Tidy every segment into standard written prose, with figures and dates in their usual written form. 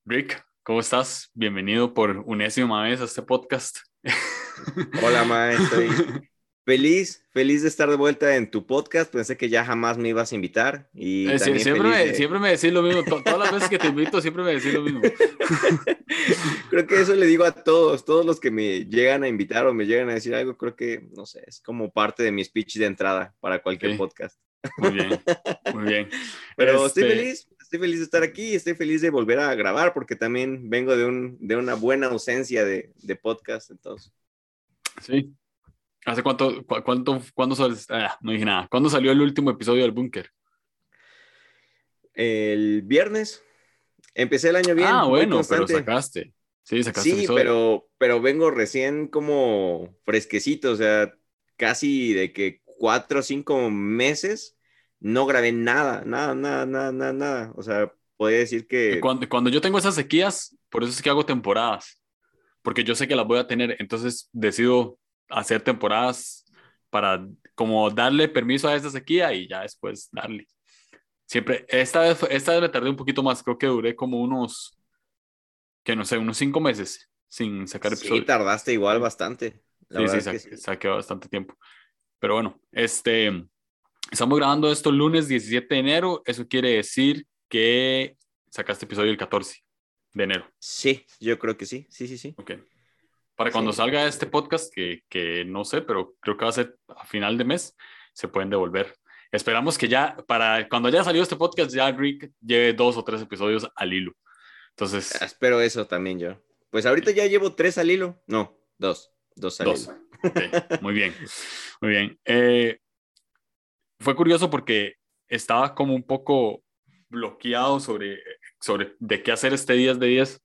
Rick, ¿cómo estás? Bienvenido por unésima vez a este podcast. Hola, Mae, estoy feliz de estar de vuelta en tu podcast. Pensé que ya jamás me ibas a invitar y también Siempre feliz me, de... siempre me decís lo mismo. Todas las veces que te invito, siempre me decís lo mismo. Creo que eso le digo a todos los que me llegan a invitar o me llegan a decir algo, creo que, no sé, es como parte de mi speech de entrada para cualquier Sí, podcast. muy bien, muy bien. Pero Este, estoy feliz de estar aquí, estoy feliz de volver a grabar porque también vengo de una buena ausencia de podcast, entonces. sí. ¿Hace no dije nada. ¿Cuándo salió el último episodio del Búnker? El viernes empecé el año Ah, bien, voy bueno, pero constante. sacaste. Sí, sacaste Sí, episodio. pero vengo recién como fresquecito, o sea, casi de que 4 o 5 meses no grabé nada. O sea, podría decir que Cuando yo tengo esas sequías, por eso es que hago temporadas. Porque yo sé que las voy a tener, entonces decido hacer temporadas para como darle permiso a esa sequía y ya después darle. Siempre, esta vez me tardé un poquito más, creo que duré como que no sé, unos 5 meses sin sacar sí episodio. tardaste igual Sí, bastante. La sí, verdad sí, es que sí. saqué bastante tiempo. Pero bueno, estamos grabando esto el lunes 17 de enero, eso quiere decir que sacaste episodio el 14 de enero. Sí, yo creo que sí. Sí. Ok. Para cuando Sí. salga este podcast, que no sé, pero creo que va a ser a final de mes, se pueden devolver. Esperamos que ya, para cuando haya salido este podcast, ya Rick lleve 2 o 3 episodios al hilo. Entonces, Espero eso también yo. Pues ahorita sí, ya llevo 3 al hilo. No, dos al hilo. 2. Ok, muy bien, muy bien. Fue curioso porque estaba como un poco bloqueado sobre de qué hacer este 10 de 10.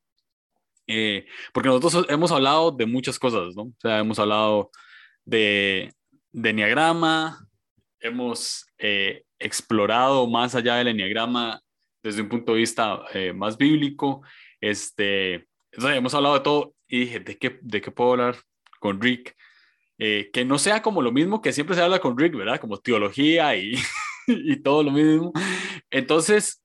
Porque nosotros hemos hablado de muchas cosas, ¿no? O sea, hemos hablado de, de enneagrama, hemos explorado más allá del enneagrama desde un punto de vista más bíblico. O sea, hemos hablado de todo y dije, ¿de qué puedo hablar con Rick? Que no sea como lo mismo que siempre se habla con Rick, ¿verdad? Como teología y, y todo lo mismo. Entonces,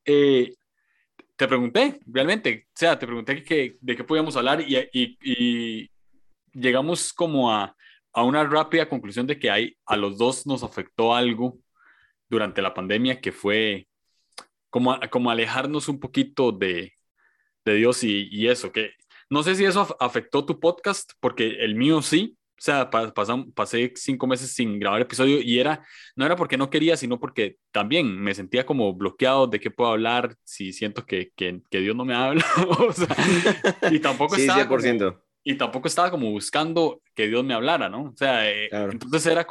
te pregunté, realmente, o sea, te pregunté de qué podíamos hablar y llegamos como a una rápida conclusión de que a los dos nos afectó algo durante la pandemia que fue como alejarnos un poquito de Dios y eso, que no sé si eso afectó tu podcast, porque el mío sí. O sea, pasé 5 meses sin grabar episodio y no era porque no quería, sino porque también me sentía como bloqueado de qué puedo hablar, si siento que Dios no me habla. O sea, y tampoco Sí, estaba cien por como, ciento y tampoco estaba como buscando que Dios me hablara, ¿no? O sea, Claro. entonces era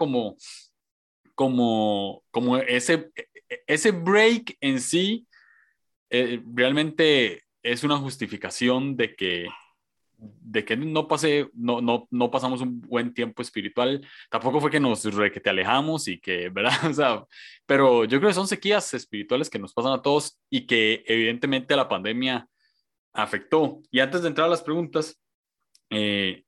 como ese break en sí realmente es una justificación de que no pasamos un buen tiempo espiritual. Tampoco fue que que te alejamos y que, ¿verdad? O sea, pero yo creo que son sequías espirituales que nos pasan a todos y que evidentemente la pandemia afectó. Y antes de entrar a las preguntas, eh,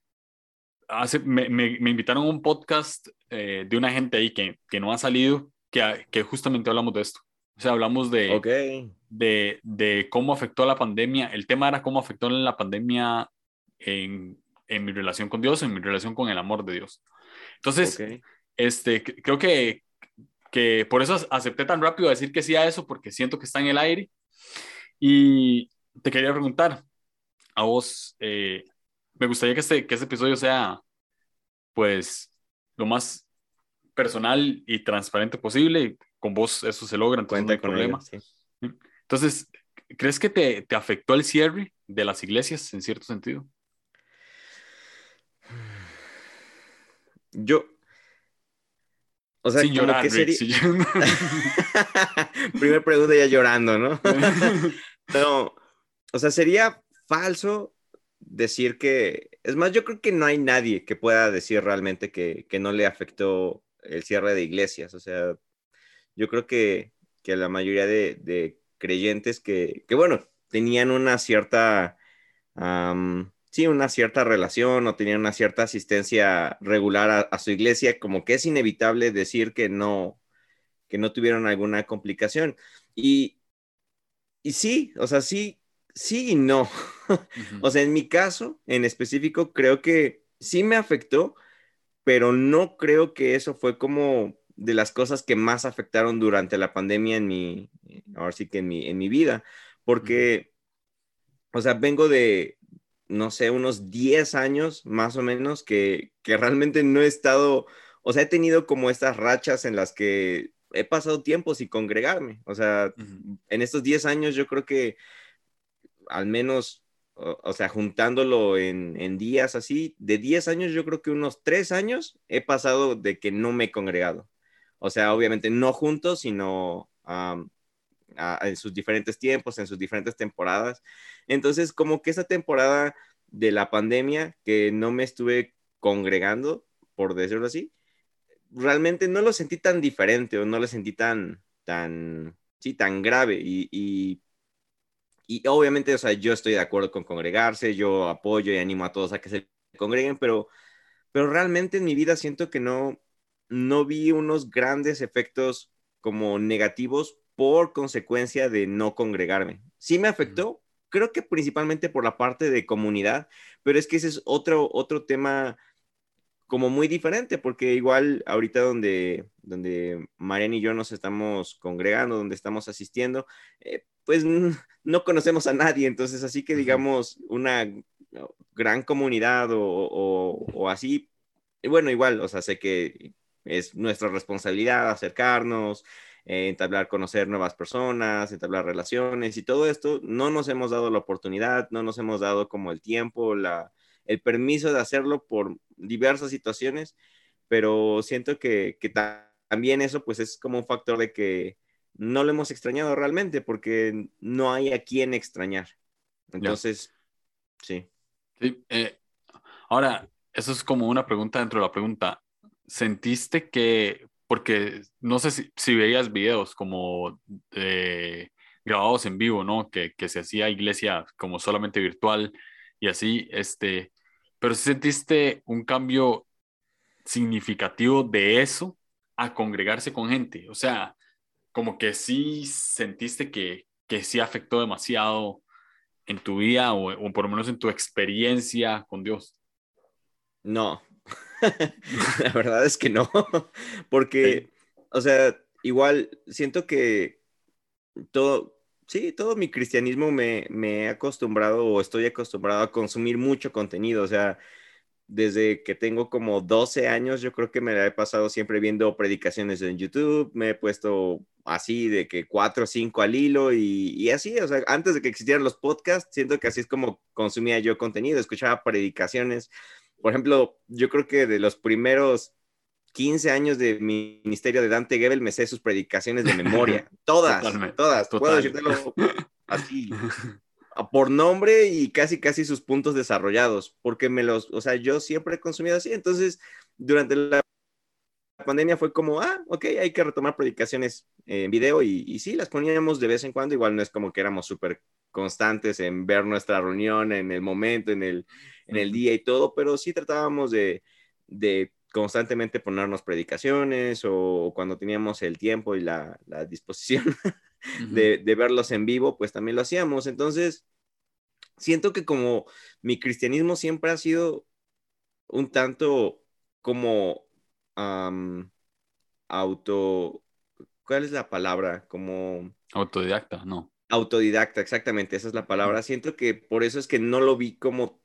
me invitaron a un podcast de una gente ahí que no ha salido, que justamente hablamos de esto. O sea, hablamos Ok. de cómo afectó la pandemia. El tema era cómo afectó la pandemia en mi relación con Dios, en mi relación con el amor de Dios. Ok. Entonces, creo que por eso acepté tan rápido a decir que sí a eso, porque siento que está en el aire. Y te quería preguntar a vos, me gustaría que este episodio sea, pues, lo más personal y transparente posible. Y con vos eso se logra, entonces no hay Cuenta con ello, problema. sí. Entonces, ¿crees que te afectó el cierre de las iglesias en cierto sentido? Yo, o sea, Sin como llorar, que Rick. sería... Sin llorar. Primer pregunta ya llorando, ¿no? No, o sea, sería falso decir que... Es más, yo creo que no hay nadie que pueda decir realmente que no le afectó el cierre de iglesias. O sea, yo creo que la mayoría de creyentes bueno, tenían una cierta sí, una cierta relación o tenían una cierta asistencia regular a su iglesia, como que es inevitable decir que no tuvieron alguna complicación. Y, y sí, o sea, sí, sí y no. Ujú, O sea, en mi caso, en específico, creo que sí me afectó, pero no creo que eso fue como de las cosas que más afectaron durante la pandemia ahora sí que en mi vida, ujú, porque, o sea, vengo de, no sé, unos 10 años más o menos que realmente no he estado, o sea, he tenido como estas rachas en las que he pasado tiempo sin congregarme. O sea, ujú, en estos 10 años yo creo que al menos, o sea, juntándolo en días así, de 10 años yo creo que unos 3 años he pasado de que no me he congregado. O sea, ujú, obviamente no juntos, sino en sus diferentes tiempos, en sus diferentes temporadas. Entonces, como que esa temporada de la pandemia que no me estuve congregando, por decirlo así, realmente no lo sentí tan diferente o no lo sentí sí, tan grave. Y obviamente, o sea, yo estoy de acuerdo con congregarse, yo apoyo y animo a todos a que se congreguen, pero realmente en mi vida siento que no vi unos grandes efectos como negativos por consecuencia de no congregarme. Sí me ujú, afectó, creo que principalmente por la parte de comunidad, pero es que ese es otro tema como muy diferente, porque igual ahorita donde Marian y yo nos estamos congregando, donde estamos asistiendo, pues no conocemos a nadie, entonces así que ujú, digamos una gran comunidad o así, y bueno, igual, o sea, sé que es nuestra responsabilidad acercarnos, entablar, conocer nuevas personas, entablar relaciones y todo esto, no nos hemos dado la oportunidad, no nos hemos dado como el tiempo, el permiso de hacerlo por diversas situaciones, pero siento que también eso pues es como un factor de que no lo hemos extrañado realmente porque no hay a quién extrañar. ya. Entonces, sí. Sí, ahora, eso es como una pregunta dentro de la pregunta. ¿Sentiste que, porque no sé si veías videos como grabados en vivo, ¿no? Que se hacía iglesia como solamente virtual y así, pero si sentiste un cambio significativo de eso a congregarse con gente? O sea, como que sí sentiste que sí afectó demasiado en tu vida o por lo menos en tu experiencia con Dios. No, la verdad es que no, Ok. porque, o sea, igual siento que todo, sí, todo mi cristianismo me he acostumbrado o estoy acostumbrado a consumir mucho contenido, o sea, desde que tengo como 12 años, yo creo que me la he pasado siempre viendo predicaciones en YouTube, me he puesto así de que 4 o 5 al hilo y así, o sea, antes de que existieran los podcasts, siento que así es como consumía yo contenido, escuchaba predicaciones. Por ejemplo, yo creo que de los primeros 15 años de mi ministerio de Dante Gebel me sé sus predicaciones de memoria, todas, Totalmente, todas, puedo total. decírtelo así por nombre y casi, casi sus puntos desarrollados, porque o sea, yo siempre he consumido así. Entonces, durante la pandemia fue como, ok, hay que retomar predicaciones en video y sí, las poníamos de vez en cuando. Igual no es como que éramos súper constantes en ver nuestra reunión en el momento, en el Ujú, día y todo, pero sí tratábamos de constantemente ponernos predicaciones o cuando teníamos el tiempo y la disposición ujú, de verlos en vivo, pues también lo hacíamos. Entonces, siento que como mi cristianismo siempre ha sido un tanto como am, auto, ¿cuál es la palabra? Como autodidacta, no. autodidacta, exactamente, esa es la Ujú, palabra. Siento que por eso es que no lo vi como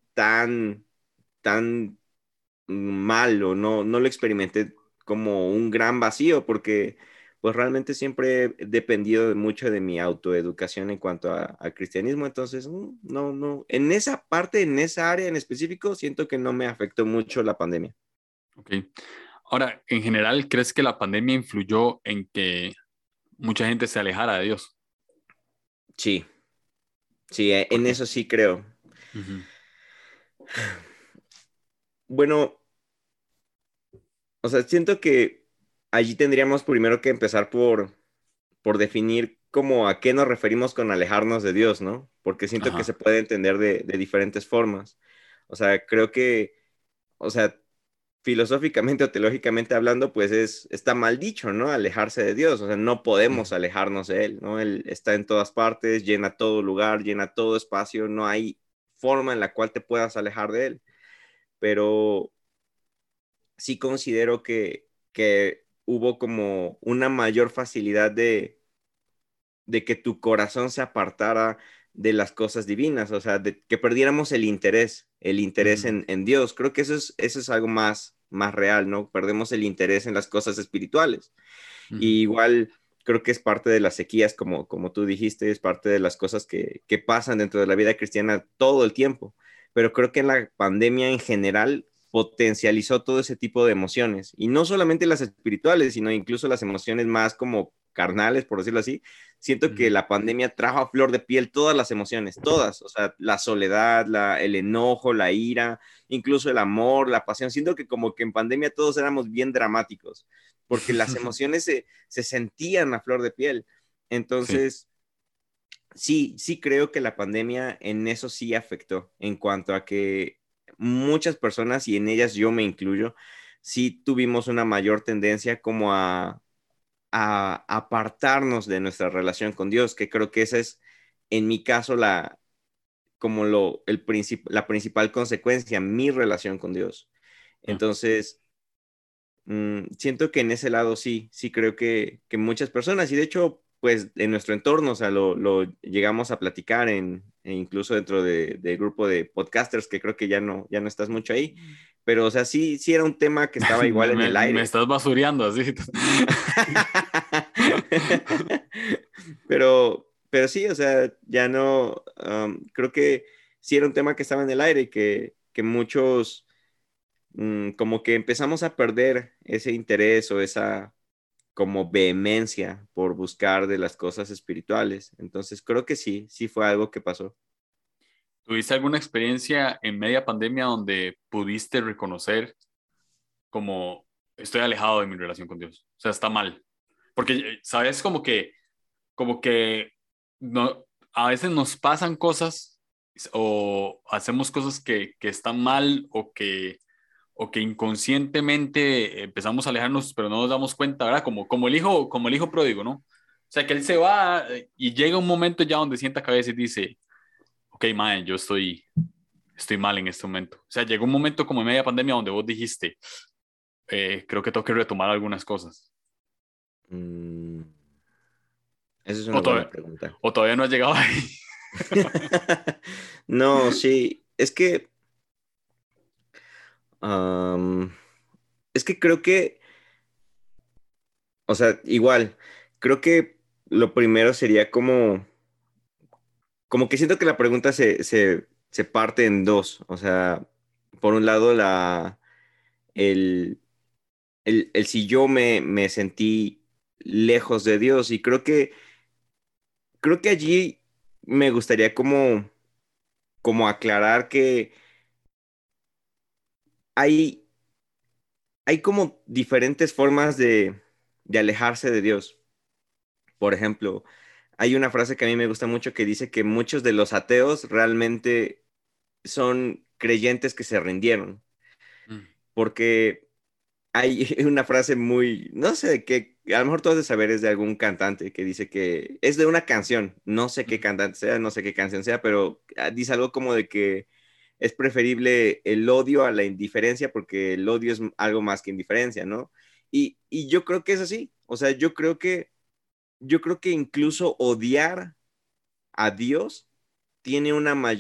tan mal o no lo experimenté como un gran vacío porque pues realmente siempre he dependido mucho de mi autoeducación en cuanto al cristianismo, entonces no, en esa parte, en esa área en específico, siento que no me afectó mucho la pandemia. ok. Ahora, en general, ¿crees que la pandemia influyó en que mucha gente se alejara de Dios? Sí, sí, ¿Por en qué? eso sí creo. Ujú, Bueno, o sea, siento que allí tendríamos primero que empezar por definir como a qué nos referimos con alejarnos de Dios, ¿no? Porque siento que se ajá, puede entender de diferentes formas. O sea, creo que, o sea, filosóficamente o teológicamente hablando, pues está mal dicho, ¿no? Alejarse de Dios, o sea, no podemos alejarnos de Él, ¿no? Él está en todas partes, llena todo lugar, llena todo espacio, no hay forma en la cual te puedas alejar de Él, pero sí considero que hubo como una mayor facilidad de que tu corazón se apartara de las cosas divinas, o sea, de que perdiéramos el interés Ujú, en Dios. Creo que eso es algo más real, ¿no? Perdemos el interés en las cosas espirituales. ujú, Y igual creo que es parte de las sequías, como tú dijiste, es parte de las cosas que pasan dentro de la vida cristiana todo el tiempo. Pero creo que en la pandemia en general potencializó todo ese tipo de emociones. Y no solamente las espirituales, sino incluso las emociones más como carnales, por decirlo así. Siento que ujú. la pandemia trajo a flor de piel todas las emociones, todas. O sea, la soledad, el enojo, la ira, incluso el amor, la pasión. Siento que como que en pandemia todos éramos bien dramáticos porque las emociones se sentían a flor de piel. Sí. Entonces, sí creo que la pandemia en eso sí afectó, en cuanto a que muchas personas, y en ellas yo me incluyo, sí tuvimos una mayor tendencia como a apartarnos de nuestra relación con Dios, que creo que esa es, en mi caso, la principal consecuencia, mi relación con Dios. Ah. Entonces, siento que en ese lado sí creo que muchas personas, y de hecho, pues en nuestro entorno, o sea, lo llegamos a platicar e incluso dentro del grupo de podcasters, que creo que ya no estás mucho ahí, pero o sea, sí era un tema que estaba igual en el Me aire. estás basureando así. Pero sí, o sea, ya no, creo que sí era un tema que estaba en el aire y que muchos como que empezamos a perder ese interés o esa como vehemencia por buscar de las cosas espirituales. Entonces creo que sí fue algo que pasó. ¿Tuviste alguna experiencia en media pandemia donde pudiste reconocer como estoy alejado de mi relación con Dios? O sea, está mal. Porque, ¿sabes? Como que no, a veces nos pasan cosas o hacemos cosas que están mal o que inconscientemente empezamos a alejarnos, pero no nos damos cuenta, ¿verdad? Como el hijo pródigo, ¿no? O sea, que él se va y llega un momento ya donde sienta cabeza y dice, ok, mae, yo estoy mal en este momento. O sea, llegó un momento como en media pandemia donde vos dijiste, creo que tengo que retomar algunas cosas. Mm, esa es O una buena todavía, pregunta. o todavía no has llegado ahí. No, sí, am, es que creo que, o sea, igual, creo que lo primero sería como que siento que la pregunta se parte en dos. O sea, por un lado, el, el si yo me sentí lejos de Dios y creo que allí me gustaría como aclarar que hay, hay como diferentes formas de alejarse de Dios. Por ejemplo, hay una frase que a mí me gusta mucho que dice que muchos de los ateos realmente son creyentes que se rindieron, Mm, porque hay una frase muy, no sé, que a lo mejor tú has de saber, es de algún cantante que dice que es de una canción, no sé qué mm, cantante sea, no sé qué canción sea, pero dice algo como de que es preferible el odio a la indiferencia porque el odio es algo más que indiferencia, ¿no? Y yo creo que es así, o sea, yo creo que incluso odiar a Dios tiene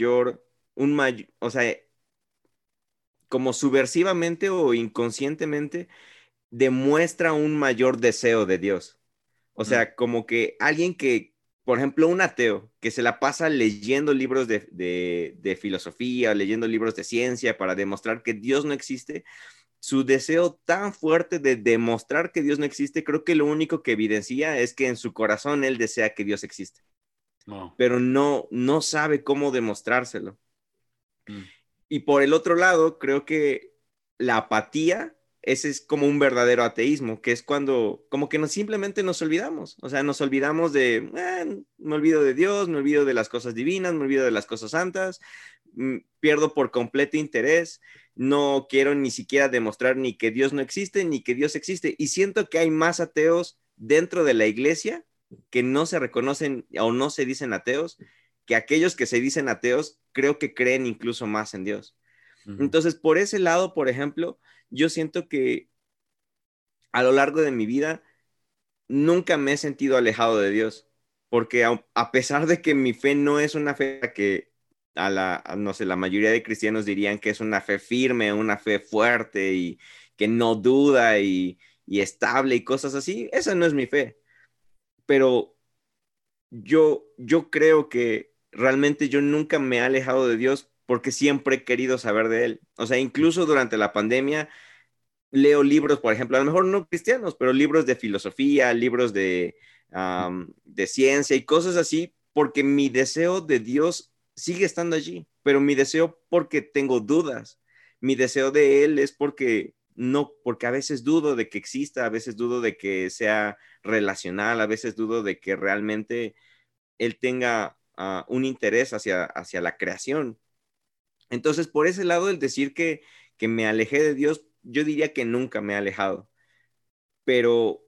o sea, como subversivamente o inconscientemente demuestra un mayor deseo de Dios. O mm, sea, como que alguien que, por ejemplo, un ateo que se la pasa leyendo libros de filosofía, leyendo libros de ciencia para demostrar que Dios no existe, su deseo tan fuerte de demostrar que Dios no existe, creo que lo único que evidencia es que en su corazón él desea que Dios existe, no, pero no sabe cómo demostrárselo. mm, Y por el otro lado, creo que la apatía, ese es como un verdadero ateísmo, que es cuando como que simplemente nos olvidamos, o sea, nos olvidamos me olvido de Dios, me olvido de las cosas divinas, me olvido de las cosas santas, pierdo por completo interés, no quiero ni siquiera demostrar ni que Dios no existe, ni que Dios existe. Y siento que hay más ateos dentro de la iglesia que no se reconocen o no se dicen ateos, que aquellos que se dicen ateos creo que creen incluso más en Dios. Entonces, por ese lado, por ejemplo, yo siento que a lo largo de mi vida nunca me he sentido alejado de Dios, porque a pesar de que mi fe no es una fe que no sé, la mayoría de cristianos dirían que es una fe firme, una fe fuerte y que no duda y estable y cosas así, esa no es mi fe, pero yo creo que realmente yo nunca me he alejado de Dios porque siempre he querido saber de Él. O sea, incluso durante la pandemia leo libros, por ejemplo, a lo mejor no cristianos, pero libros de filosofía, libros de ciencia y cosas así, porque mi deseo de Dios sigue estando allí, pero mi deseo porque tengo dudas. Mi deseo de Él es porque no, porque a veces dudo de que exista, a veces dudo de que sea relacional, a veces dudo de que realmente Él tenga un interés hacia la creación. Entonces, por ese lado, el decir que me alejé de Dios, yo diría que nunca me he alejado. Pero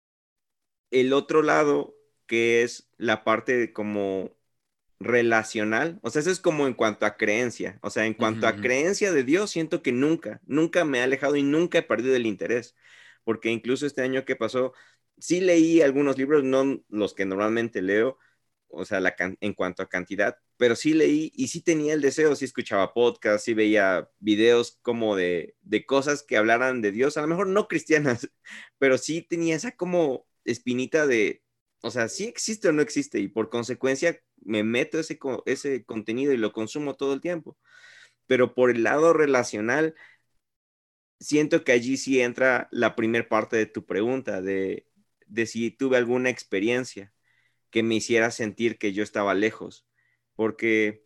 el otro lado, que es la parte como relacional, o sea, eso es como en cuanto a creencia. O sea, en cuanto a creencia de Dios, siento que nunca me he alejado y nunca he perdido el interés. Porque incluso este año que pasó, sí leí algunos libros, no los que normalmente leo, o sea, en cuanto a cantidad, pero sí leí y sí tenía el deseo, sí escuchaba podcasts, sí veía videos como de cosas que hablaran de Dios, a lo mejor no cristianas, pero sí tenía esa como espinita de, o sea, sí existe o no existe y por consecuencia me meto ese contenido y lo consumo todo el tiempo. Pero por el lado relacional, siento que allí sí entra la primer parte de tu pregunta, de si tuve alguna experiencia que me hiciera sentir que yo estaba lejos, porque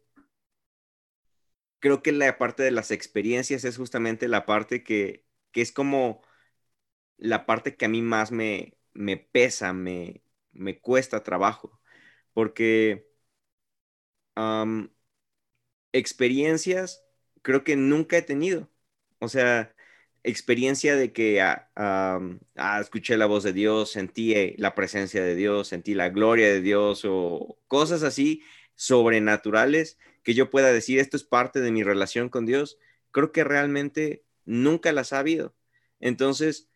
creo que la parte de las experiencias es justamente la parte que es como la parte que a mí más me pesa, me cuesta trabajo, porque um, experiencias creo que nunca he tenido. O sea, experiencia de que escuché la voz de Dios, sentí la presencia de Dios, sentí la gloria de Dios o cosas así sobrenaturales que yo pueda decir esto es parte de mi relación con Dios. Creo que realmente nunca las ha habido. Entonces,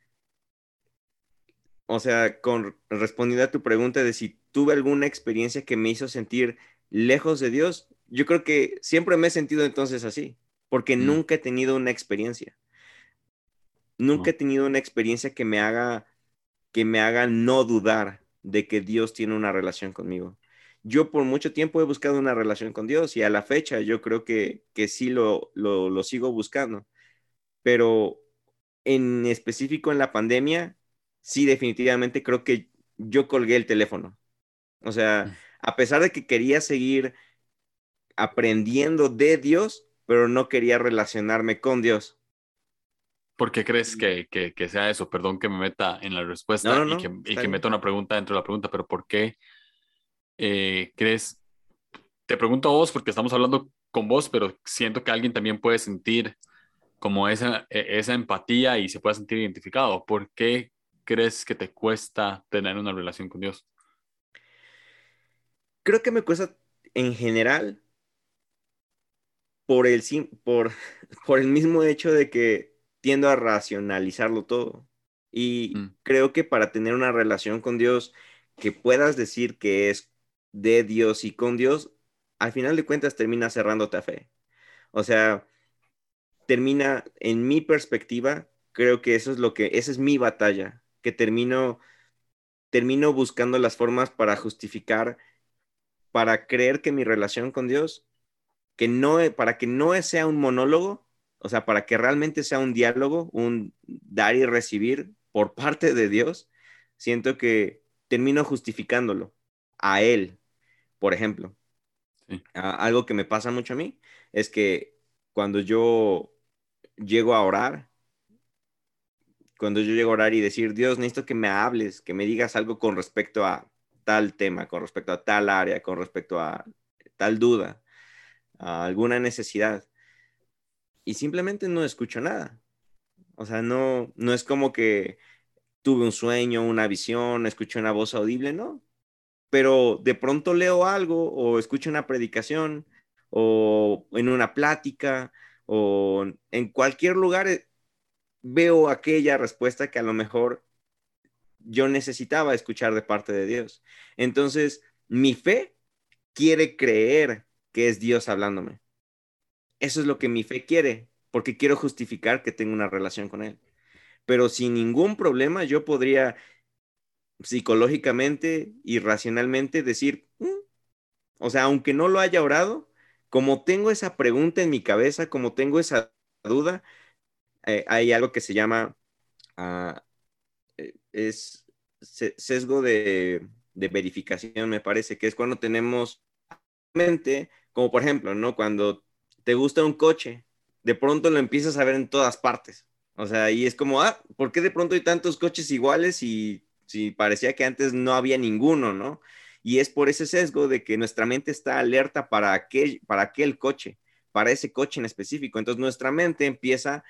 o sea, respondiendo a tu pregunta de si tuve alguna experiencia que me hizo sentir lejos de Dios, yo creo que siempre me he sentido entonces así, porque Mm, nunca he tenido una experiencia. Nunca he no. tenido una experiencia que me haga no dudar de que Dios tiene una relación conmigo. Yo por mucho tiempo he buscado una relación con Dios y a la fecha yo creo que sí lo sigo buscando, pero en específico en la pandemia, sí definitivamente creo que yo colgué el teléfono. O sea, Mm. a pesar de que quería seguir aprendiendo de Dios, pero no quería relacionarme con Dios. ¿Por qué crees que sea eso? Perdón que me meta en la No, respuesta no, y no, y está que bien. meta una pregunta dentro de la pregunta, pero ¿por qué crees? Te pregunto a vos porque estamos hablando con vos, pero siento que alguien también puede sentir como esa empatía y se puede sentir identificado. ¿Por qué crees que te cuesta tener una relación con Dios? Creo que me cuesta en general por por el mismo hecho de que tiendo a racionalizarlo todo. Y Mm, creo que para tener una relación con Dios que puedas decir que es de Dios y con Dios, al final de cuentas termina cerrándote a fe. O sea, termina, en mi perspectiva, creo que esa es mi batalla, que termino buscando las formas para justificar, para creer que mi relación con Dios para que no sea un monólogo, o sea, para que realmente sea un diálogo, un dar y recibir por parte de Dios, siento que termino justificándolo a Él, por ejemplo. sí. Algo que me pasa mucho a mí es que cuando yo llego a orar, cuando yo llego a orar y decir, Dios, necesito que me hables, que me digas algo con respecto a tal tema, con respecto a tal área, con respecto a tal duda. a alguna necesidad y simplemente no escucho nada. O sea, no es como que tuve un sueño, una visión, escuché una voz audible, no. Pero de pronto leo algo o escucho una predicación o en una plática o en cualquier lugar veo aquella respuesta que a lo mejor yo necesitaba escuchar de parte de Dios. Entonces, mi fe quiere creer que es Dios hablándome. Eso es lo que mi fe quiere, porque quiero justificar que tengo una relación con Él. Pero sin ningún problema yo podría psicológicamente y racionalmente decir, o sea, aunque no lo haya orado, como tengo esa pregunta en mi cabeza, como tengo esa duda, hay algo que se llama, uh, es sesgo de verificación, me parece, que es cuando tenemos mente, como por ejemplo, ¿no? Cuando te gusta un coche, de pronto lo empiezas a ver en todas partes. O sea, y es como, ¿por qué de pronto hay tantos coches iguales y si parecía que antes no había ninguno, ¿no? Y es por ese sesgo de que nuestra mente está alerta para aquel coche, para ese coche en específico. Entonces nuestra mente empieza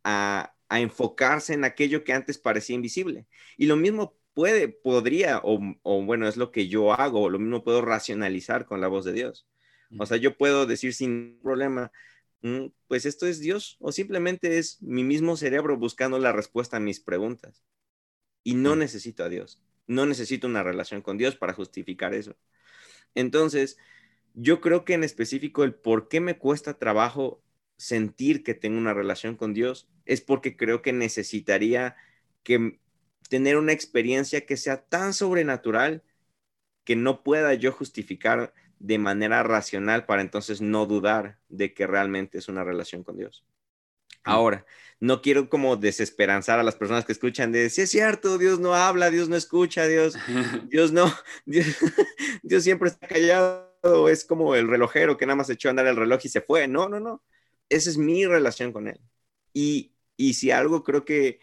a enfocarse en aquello que antes parecía invisible. Y lo mismo podría, o bueno, es lo que yo hago, lo mismo puedo racionalizar con la voz de Dios. O sea, yo puedo decir sin problema, pues esto es Dios, o simplemente es mi mismo cerebro buscando la respuesta a mis preguntas. Y no necesito a Dios, no necesito una relación con Dios para justificar eso. Entonces, yo creo que en específico el por qué me cuesta trabajo sentir que tengo una relación con Dios es porque creo que necesitaría que tener una experiencia que sea tan sobrenatural que no pueda yo justificar de manera racional para entonces no dudar de que realmente es una relación con Dios. Ahora, no quiero como desesperanzar a las personas que escuchan de, sí es cierto, Dios no habla, Dios no escucha, Dios no, Dios, Dios siempre está callado, es como el relojero que nada más echó a andar el reloj y se fue. No, no, no. Esa es mi relación con Él. Y si algo creo que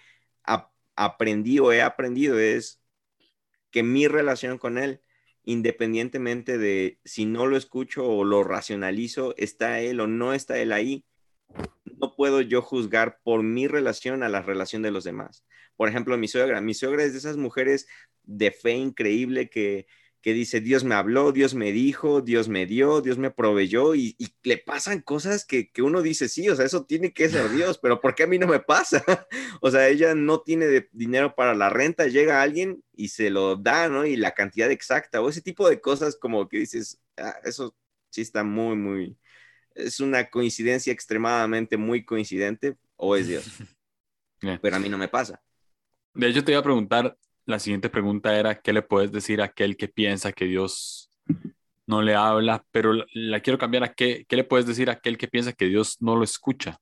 aprendí o he aprendido es que mi relación con Él, independientemente de si no lo escucho o lo racionalizo, está Él o no está Él ahí, no puedo yo juzgar por mi relación a la relación de los demás. Por ejemplo, mi suegra es de esas mujeres de fe increíble que dice, Dios me habló, Dios me dijo, Dios me dio, Dios me proveyó y le pasan cosas que uno dice, sí, o sea, eso tiene que ser Dios, pero ¿por qué a mí no me pasa? O sea, ella no tiene dinero para la renta, llega alguien y se lo da, ¿no? Y la cantidad exacta o ese tipo de cosas como que dices, eso sí está muy, muy, es una coincidencia extremadamente muy coincidente o es Dios, Bien. pero a mí no me pasa. De hecho, te iba a preguntar, la siguiente pregunta era, ¿qué le puedes decir a aquel que piensa que Dios no le habla? Pero la quiero cambiar a ¿qué le puedes decir a aquel que piensa que Dios no lo escucha?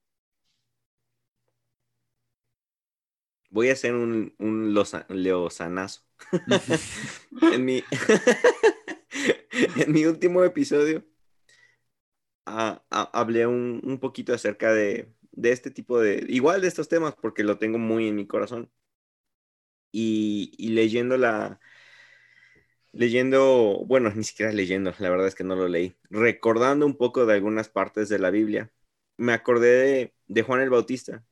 Voy a hacer un leosanazo. en, mi, en mi último episodio hablé un poquito acerca de este tipo igual de estos temas, porque lo tengo muy en mi corazón. Y bueno, ni siquiera leyendo, la verdad es que no lo leí, recordando un poco de algunas partes de la Biblia, me acordé de Juan el Bautista.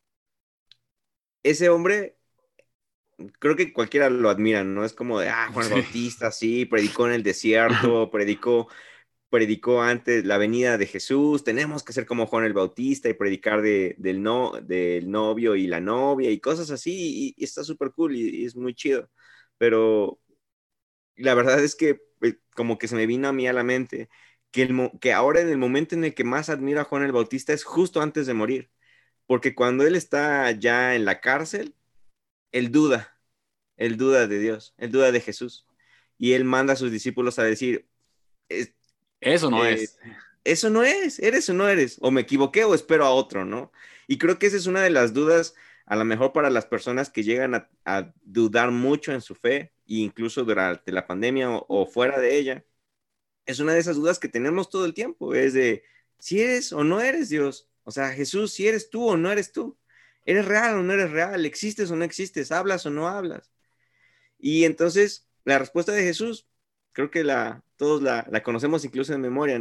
Ese hombre, creo que cualquiera lo admira, ¿no? Es como de, Juan el Sí. Bautista, sí, predicó en el desierto, predicó antes la venida de Jesús, tenemos que ser como Juan el Bautista y predicar del novio y la novia y cosas así, y está súper cool y es muy chido. Pero la verdad es que como que se me vino a mí a la mente que ahora en el momento en el que más admiro a Juan el Bautista es justo antes de morir, porque cuando él está ya en la cárcel, él duda de Dios, él duda de Jesús, y él manda a sus discípulos a decir, "Es- Eso no eh, es. eso no es, eres o no eres, o me equivoqué o espero a otro, ¿no?" Y creo que esa es una de las dudas, a lo mejor para las personas que llegan a dudar mucho en su fe, e incluso durante la pandemia o fuera de ella, es una de esas dudas que tenemos todo el tiempo, es de si eres o no eres Dios, o sea, Jesús, si eres tú o no eres tú, eres real o no eres real, existes o no existes, hablas o no hablas. Y entonces la respuesta de Jesús, creo que todos la conocemos incluso en memoria, ¿no?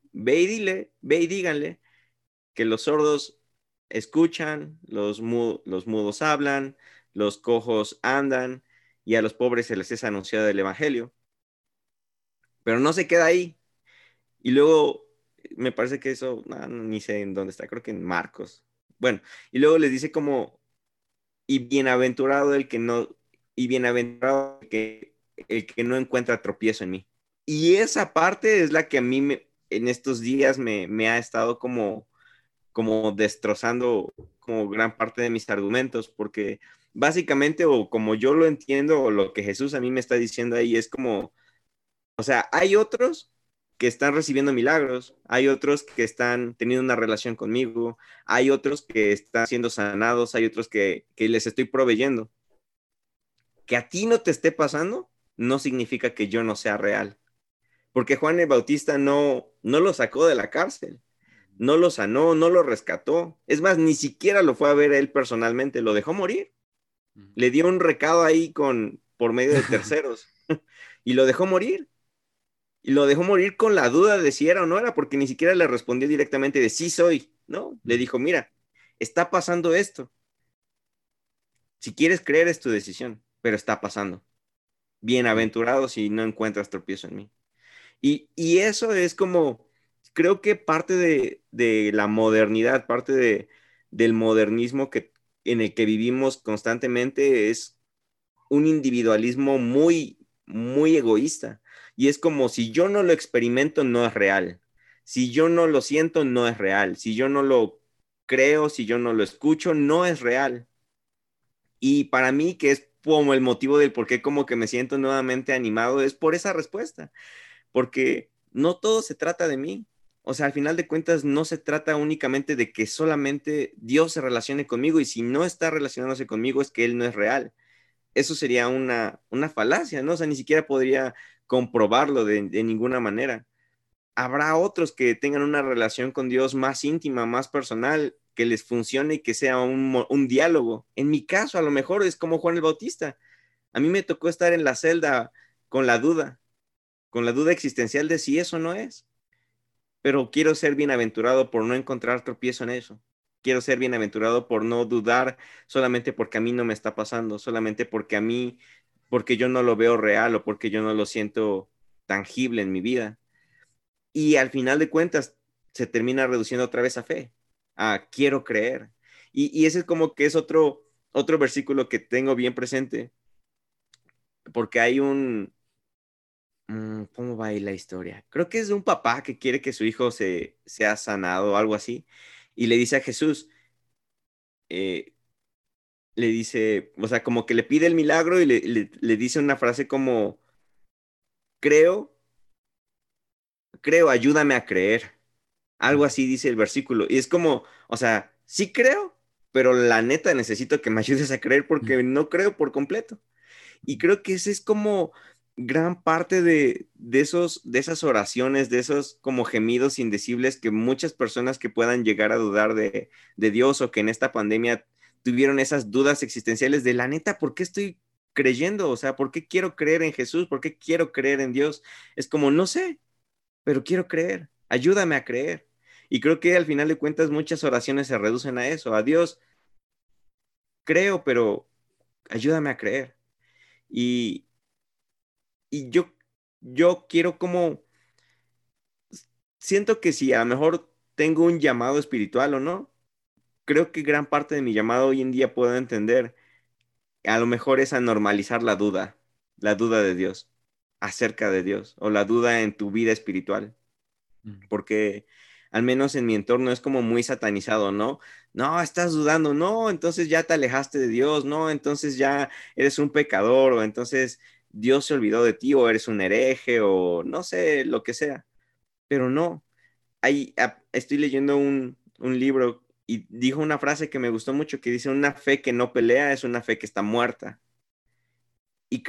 ve y díganle que los sordos escuchan, los mudos hablan, los cojos andan y a los pobres se les es anunciado el evangelio. Pero no se queda ahí. Y luego me parece que eso, ni sé en dónde está, creo que en Marcos. Bueno, y luego les dice como, y bienaventurado y bienaventurado el que no encuentra tropiezo en mí. Y esa parte es la que a mí en estos días me ha estado como destrozando como gran parte de mis argumentos, porque básicamente, o como yo lo entiendo, o lo que Jesús a mí me está diciendo ahí es como, o sea, hay otros que están recibiendo milagros, hay otros que están teniendo una relación conmigo, hay otros que están siendo sanados, hay otros que les estoy proveyendo. Que a ti no te esté pasando no significa que yo no sea real, porque Juan el Bautista no lo sacó de la cárcel, no lo sanó, no lo rescató. Es más, ni siquiera lo fue a ver él personalmente, lo dejó morir. Le dio un recado ahí por medio de terceros y lo dejó morir. Y lo dejó morir con la duda de si era o no era, porque ni siquiera le respondió directamente de sí soy. No, le dijo, mira, está pasando esto. Si quieres creer es tu decisión, pero está pasando. Bienaventurado si no encuentras tropiezo en mí. Y eso es como, creo que parte de la modernidad, del modernismo en el que vivimos constantemente es un individualismo muy, muy egoísta. Y es como si yo no lo experimento, no es real. Si yo no lo siento, no es real. Si yo no lo creo, si yo no lo escucho, no es real. Y para mí, que es como el motivo del por qué como que me siento nuevamente animado, es por esa respuesta porque no todo se trata de mí. O sea, al final de cuentas, no se trata únicamente de que solamente Dios se relacione conmigo y si no está relacionándose conmigo es que Él no es real. Eso sería una falacia, ¿no? O sea, ni siquiera podría comprobarlo de ninguna manera. Habrá otros que tengan una relación con Dios más íntima, más personal, que les funcione y que sea un diálogo. En mi caso, a lo mejor es como Juan el Bautista. A mí me tocó estar en la celda con la duda, con la duda existencial de si eso no es. Pero quiero ser bienaventurado por no encontrar tropiezo en eso. Quiero ser bienaventurado por no dudar solamente porque a mí no me está pasando, solamente porque yo no lo veo real o porque yo no lo siento tangible en mi vida. Y al final de cuentas se termina reduciendo otra vez a fe, a quiero creer. Y ese es como que es otro versículo que tengo bien presente, porque hay ¿cómo va ahí la historia? Creo que es de un papá que quiere que su hijo sea sanado o algo así. Y le dice a Jesús, eh, le dice, o sea, como que le pide el milagro y le dice una frase como, creo, creo, ayúdame a creer. Algo así dice el versículo. Y es como, o sea, sí creo, pero la neta necesito que me ayudes a creer porque no creo por completo. Y creo que ese es como gran parte de esas oraciones, de esos como gemidos indecibles que muchas personas que puedan llegar a dudar de Dios o que en esta pandemia tuvieron esas dudas existenciales de la neta, ¿por qué estoy creyendo? O sea, ¿por qué quiero creer en Jesús? ¿Por qué quiero creer en Dios? Es como, no sé, pero quiero creer. Ayúdame a creer. Y creo que al final de cuentas muchas oraciones se reducen a eso, a Dios, creo, pero ayúdame a creer. Y, y yo quiero como, siento que si a lo mejor tengo un llamado espiritual o no, creo que gran parte de mi llamado hoy en día puedo entender, a lo mejor es a normalizar la duda de Dios, acerca de Dios, o la duda en tu vida espiritual, porque al menos en mi entorno es como muy satanizado, ¿no? No, estás dudando, no, entonces ya te alejaste de Dios, no, entonces ya eres un pecador, o entonces Dios se olvidó de ti, o eres un hereje, o no sé, lo que sea. Pero no, estoy leyendo un libro y dijo una frase que me gustó mucho, que dice, una fe que no pelea es una fe que está muerta. Y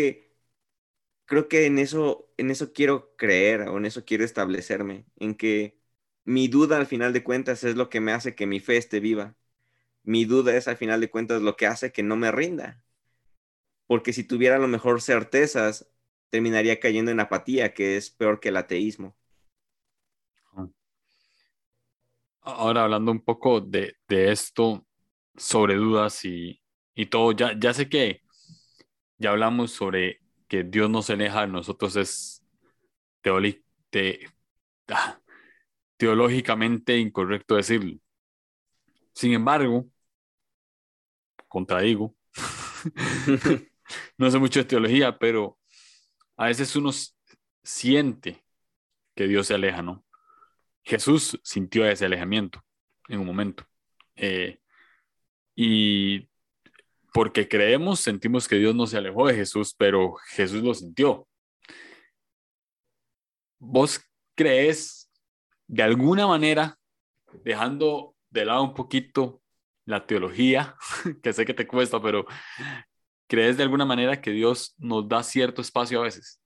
creo que en eso quiero creer o en eso quiero establecerme, en que mi duda al final de cuentas es lo que me hace que mi fe esté viva. Mi duda es al final de cuentas lo que hace que no me rinda. Porque si tuviera a lo mejor certezas, terminaría cayendo en apatía, que es peor que el ateísmo. ahora hablando un poco de esto, sobre dudas y todo, ya sé que ya hablamos sobre que Dios no se aleja de nosotros, es teoli- te- ah, teológicamente incorrecto decirlo. Sin embargo, contradigo, no sé mucho de teología, pero a veces uno siente que Dios se aleja, ¿no? Jesús sintió ese alejamiento en un momento. Eh, y porque creemos, sentimos que Dios no se alejó de Jesús, pero Jesús lo sintió. ¿Vos crees de alguna manera, dejando de lado un poquito la teología, que sé que te cuesta, pero crees de alguna manera que Dios nos da cierto espacio a veces?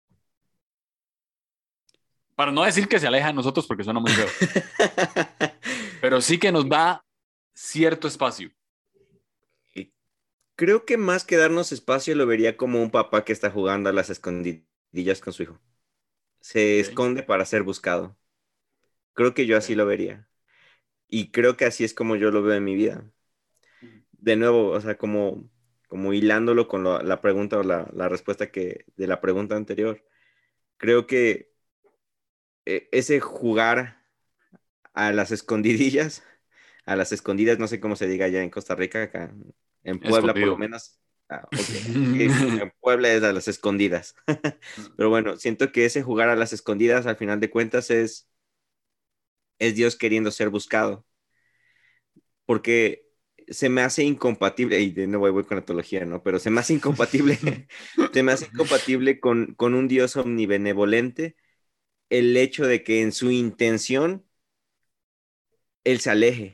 Para no decir que se aleja de nosotros porque suena muy feo, pero sí que nos da cierto espacio. Y creo que más que darnos espacio lo vería como un papá que está jugando a las escondidillas con su hijo. Se Okay, esconde para ser buscado. Creo que yo así okay. lo vería. Y creo que así es como yo lo veo en mi vida. De nuevo, o sea, como hilándolo con la pregunta o la respuesta de la pregunta anterior, creo que ese jugar a las escondidillas, a las escondidas, no sé cómo se diga allá en Costa Rica, acá en Puebla por lo Escondido. menos. Ok, aquí en Puebla es a las escondidas. Pero bueno, siento que ese jugar a las escondidas, al final de cuentas, es Dios queriendo ser buscado, porque se me hace incompatible, y de nuevo voy con la teología, ¿no? Pero se me hace incompatible, se me hace incompatible con un Dios omnibenevolente el hecho de que en su intención Él se aleje.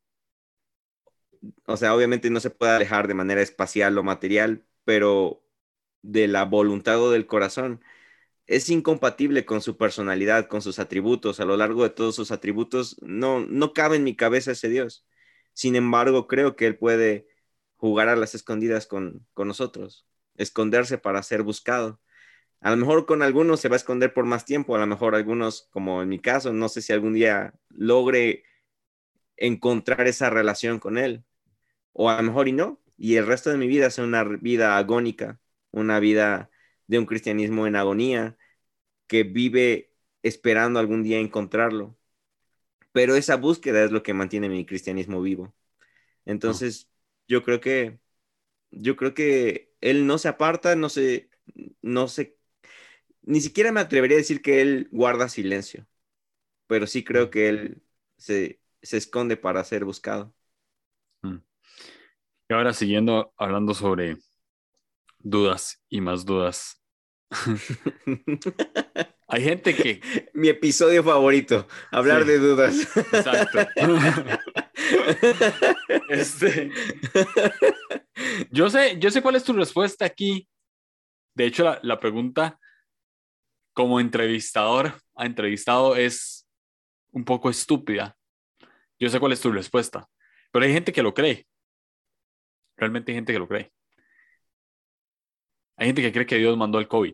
O sea, obviamente no se puede alejar de manera espacial o material, pero de la voluntad o del corazón. Es incompatible con su personalidad, con sus atributos. A lo largo de todos sus atributos, no cabe en mi cabeza ese Dios. Sin embargo, creo que Él puede jugar a las escondidas con nosotros, esconderse para ser buscado. A lo mejor con algunos se va a esconder por más tiempo, a lo mejor algunos, como en mi caso, no sé si algún día logre encontrar esa relación con Él, o a lo mejor y no, y el resto de mi vida sea una vida agónica, una vida de un cristianismo en agonía, que vive esperando algún día encontrarlo. Pero esa búsqueda es lo que mantiene mi cristianismo vivo. No. Entonces, yo creo que, yo creo que él no se aparta, no sé, ni siquiera me atrevería a decir que él guarda silencio, pero sí creo Mm, que él se esconde para ser buscado. mm. Y ahora siguiendo hablando sobre dudas y más dudas. Hay gente que, Mi episodio favorito, sí, hablar de dudas. exacto. Este, yo sé cuál es tu respuesta aquí. De hecho, la pregunta como entrevistador a entrevistado es un poco estúpida. Yo sé cuál es tu respuesta, pero hay gente que lo cree. Realmente hay gente que lo cree. Hay gente que cree que Dios mandó el COVID.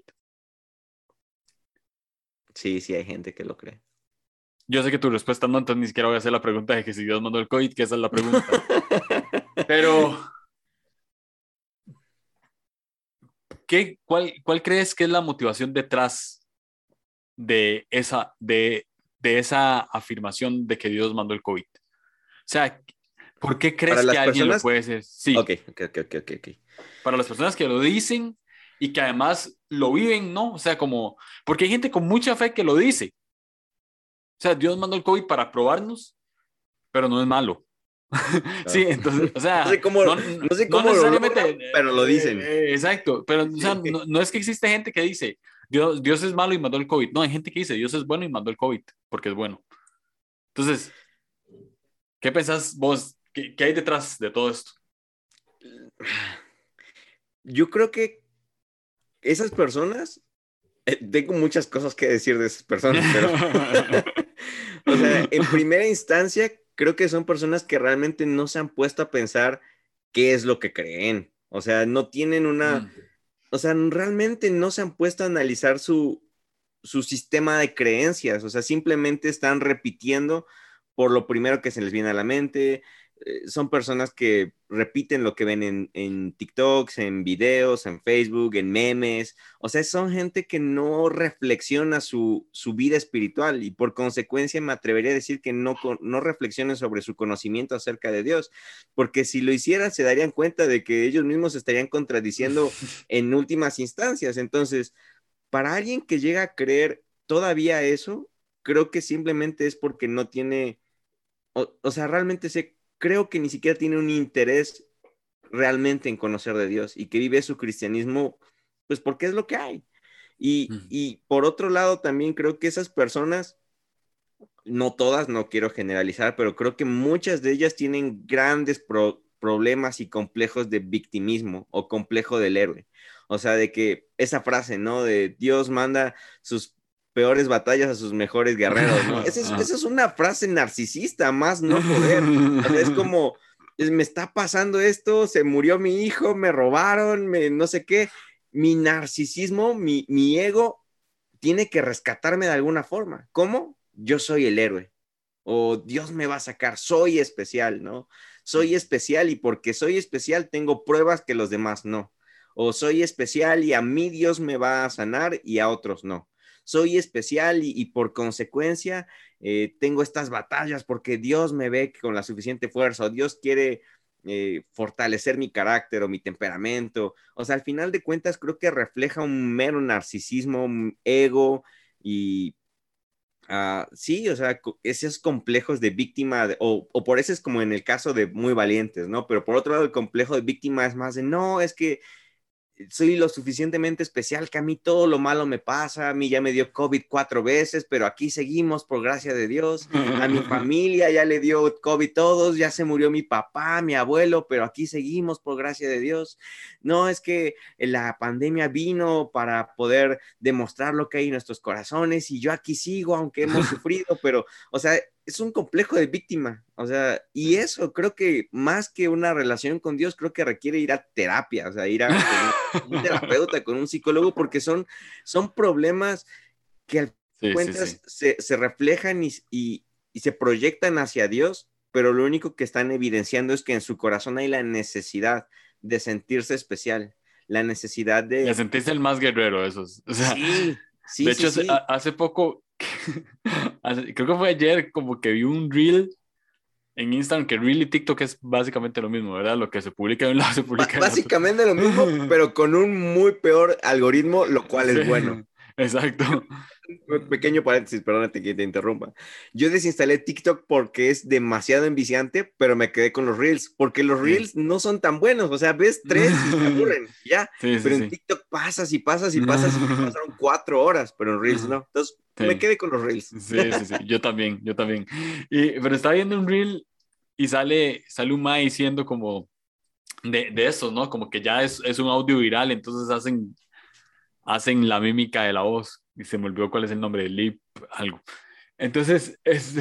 Sí, sí, hay gente que lo cree. Yo sé que tu respuesta no, entonces ni siquiera voy a hacer la pregunta de que si Dios mandó el COVID, que esa es la pregunta. Pero, ¿cuál crees que es la motivación detrás de esa afirmación de que Dios mandó el COVID? O sea, ¿por qué Para crees que las alguien lo personas, puede hacer? ok, Sí, ok, ok, ok, ok, ok. para las personas que lo dicen y que además lo viven, ¿no? O sea, porque hay gente con mucha fe que lo dice. O sea, Dios mandó el COVID para probarnos, pero no es malo. Sí, Claro. entonces, o No sea, sé cómo, no, no sé no cómo lo necesariamente, logran, pero lo dicen. exacto, pero o sea, no es que existe gente que dice, Dios es malo y mandó el COVID. No, hay gente que dice, Dios es bueno y mandó el COVID, porque es bueno. Entonces, ¿qué pensás vos? ¿Qué hay detrás de todo esto? Yo creo que esas personas, tengo muchas cosas que decir de esas personas, pero, o sea, en primera instancia, creo que son personas que realmente no se han puesto a pensar qué es lo que creen. O sea, no tienen Mm, o sea, realmente no se han puesto a analizar su sistema de creencias. O sea, simplemente están repitiendo por lo primero que se les viene a la mente. Son personas que repiten lo que ven en TikToks, en videos, en Facebook, en memes. O sea, son gente que no reflexiona su vida espiritual y por consecuencia me atrevería a decir que no reflexionen sobre su conocimiento acerca de Dios, porque si lo hicieran se darían cuenta de que ellos mismos se estarían contradiciendo en últimas instancias. Entonces, para alguien que llega a creer todavía eso, creo que simplemente es porque no tiene, o sea, realmente creo que ni siquiera tiene un interés realmente en conocer de Dios y que vive su cristianismo, pues porque es lo que hay. Y por otro lado, también creo que esas personas, no todas, no quiero generalizar, pero creo que muchas de ellas tienen grandes problemas y complejos de victimismo o complejo del héroe. O sea, de que esa frase, ¿no? De Dios manda sus peores batallas a sus mejores guerreros, ¿no? Esa es una frase narcisista, más no poder. O sea, es como, me está pasando esto, se murió mi hijo, me robaron, no sé qué. Mi narcisismo, mi ego tiene que rescatarme de alguna forma. ¿Cómo? Yo soy el héroe. O Dios me va a sacar, soy especial, ¿no? Soy especial y porque soy especial tengo pruebas que los demás no. O soy especial y a mí Dios me va a sanar y a otros no. Soy especial y por consecuencia tengo estas batallas porque Dios me ve con la suficiente fuerza o Dios quiere fortalecer mi carácter o mi temperamento. O sea, al final de cuentas creo que refleja un mero narcisismo, un ego y sí, o sea, esos complejos de víctima, o por eso es como en el caso de Muy Valientes, ¿no? Pero por otro lado, el complejo de víctima es más de, no, es que soy lo suficientemente especial que a mí todo lo malo me pasa, a mí ya me dio COVID 4 veces, pero aquí seguimos por gracia de Dios, a mi familia ya le dio COVID todos, ya se murió mi papá, mi abuelo, pero aquí seguimos por gracia de Dios. No, es que la pandemia vino para poder demostrar lo que hay en nuestros corazones y yo aquí sigo, aunque hemos sufrido, pero, o sea, es un complejo de víctima, o sea, y eso creo que más que una relación con Dios, creo que requiere ir a terapia, o sea, ir a un terapeuta, con un psicólogo, porque son problemas que al cuentas se reflejan y se proyectan hacia Dios, pero lo único que están evidenciando es que en su corazón hay la necesidad de sentirse especial, la necesidad De de sentirse el más guerrero, esos. O sea, sí, de sí, sí, hecho, sí. hace poco, creo que fue ayer, como que vi un reel en Instagram, que reel y TikTok es básicamente lo mismo, ¿verdad? Lo que se publica de un lado se publica del otro. Básicamente lo mismo, pero con un muy peor algoritmo, lo cual Sí, es bueno. exacto. Pequeño paréntesis, perdónate que te interrumpa. Yo desinstalé TikTok porque es demasiado enviciante, pero me quedé con los Reels, porque los Sí. Reels no son tan buenos. O sea, ves 3 y te aburren, ya. Sí, sí, Pero en sí. TikTok pasas y pasas y pasas y ya pasaron 4 horas, pero en Reels no. Entonces me Sí, quedé con los Reels. sí, sí, sí. Yo también, yo también. Pero estaba viendo un reel y sale un mae diciendo como de eso, ¿no? Como que ya es un audio viral, entonces hacen la mímica de la voz. Y se me olvidó cuál es el nombre, lip, algo. Entonces,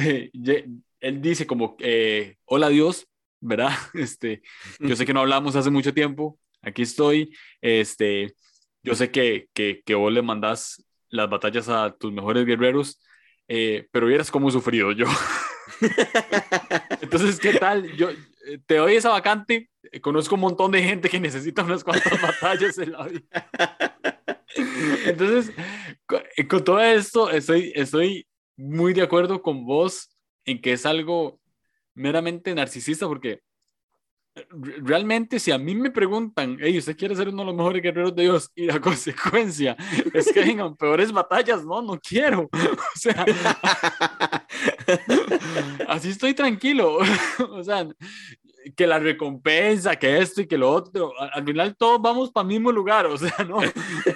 él dice como, hola Dios, ¿verdad? Yo sé que no hablamos hace mucho tiempo, aquí estoy, yo sé que vos le mandás las batallas a tus mejores guerreros, pero vieras cómo he sufrido yo. Entonces, ¿qué tal? Yo te doy esa vacante, conozco un montón de gente que necesita unas cuantas batallas en la vida. Entonces, con todo esto, estoy muy de acuerdo con vos en que es algo meramente narcisista, porque realmente si a mí me preguntan, hey, ¿usted quiere ser uno de los mejores guerreros de Dios? Y la consecuencia es que vengan peores batallas, no, no quiero. O sea, así estoy tranquilo. O sea, que la recompensa, que esto y que lo otro, al final todos vamos para el mismo lugar, o sea, no.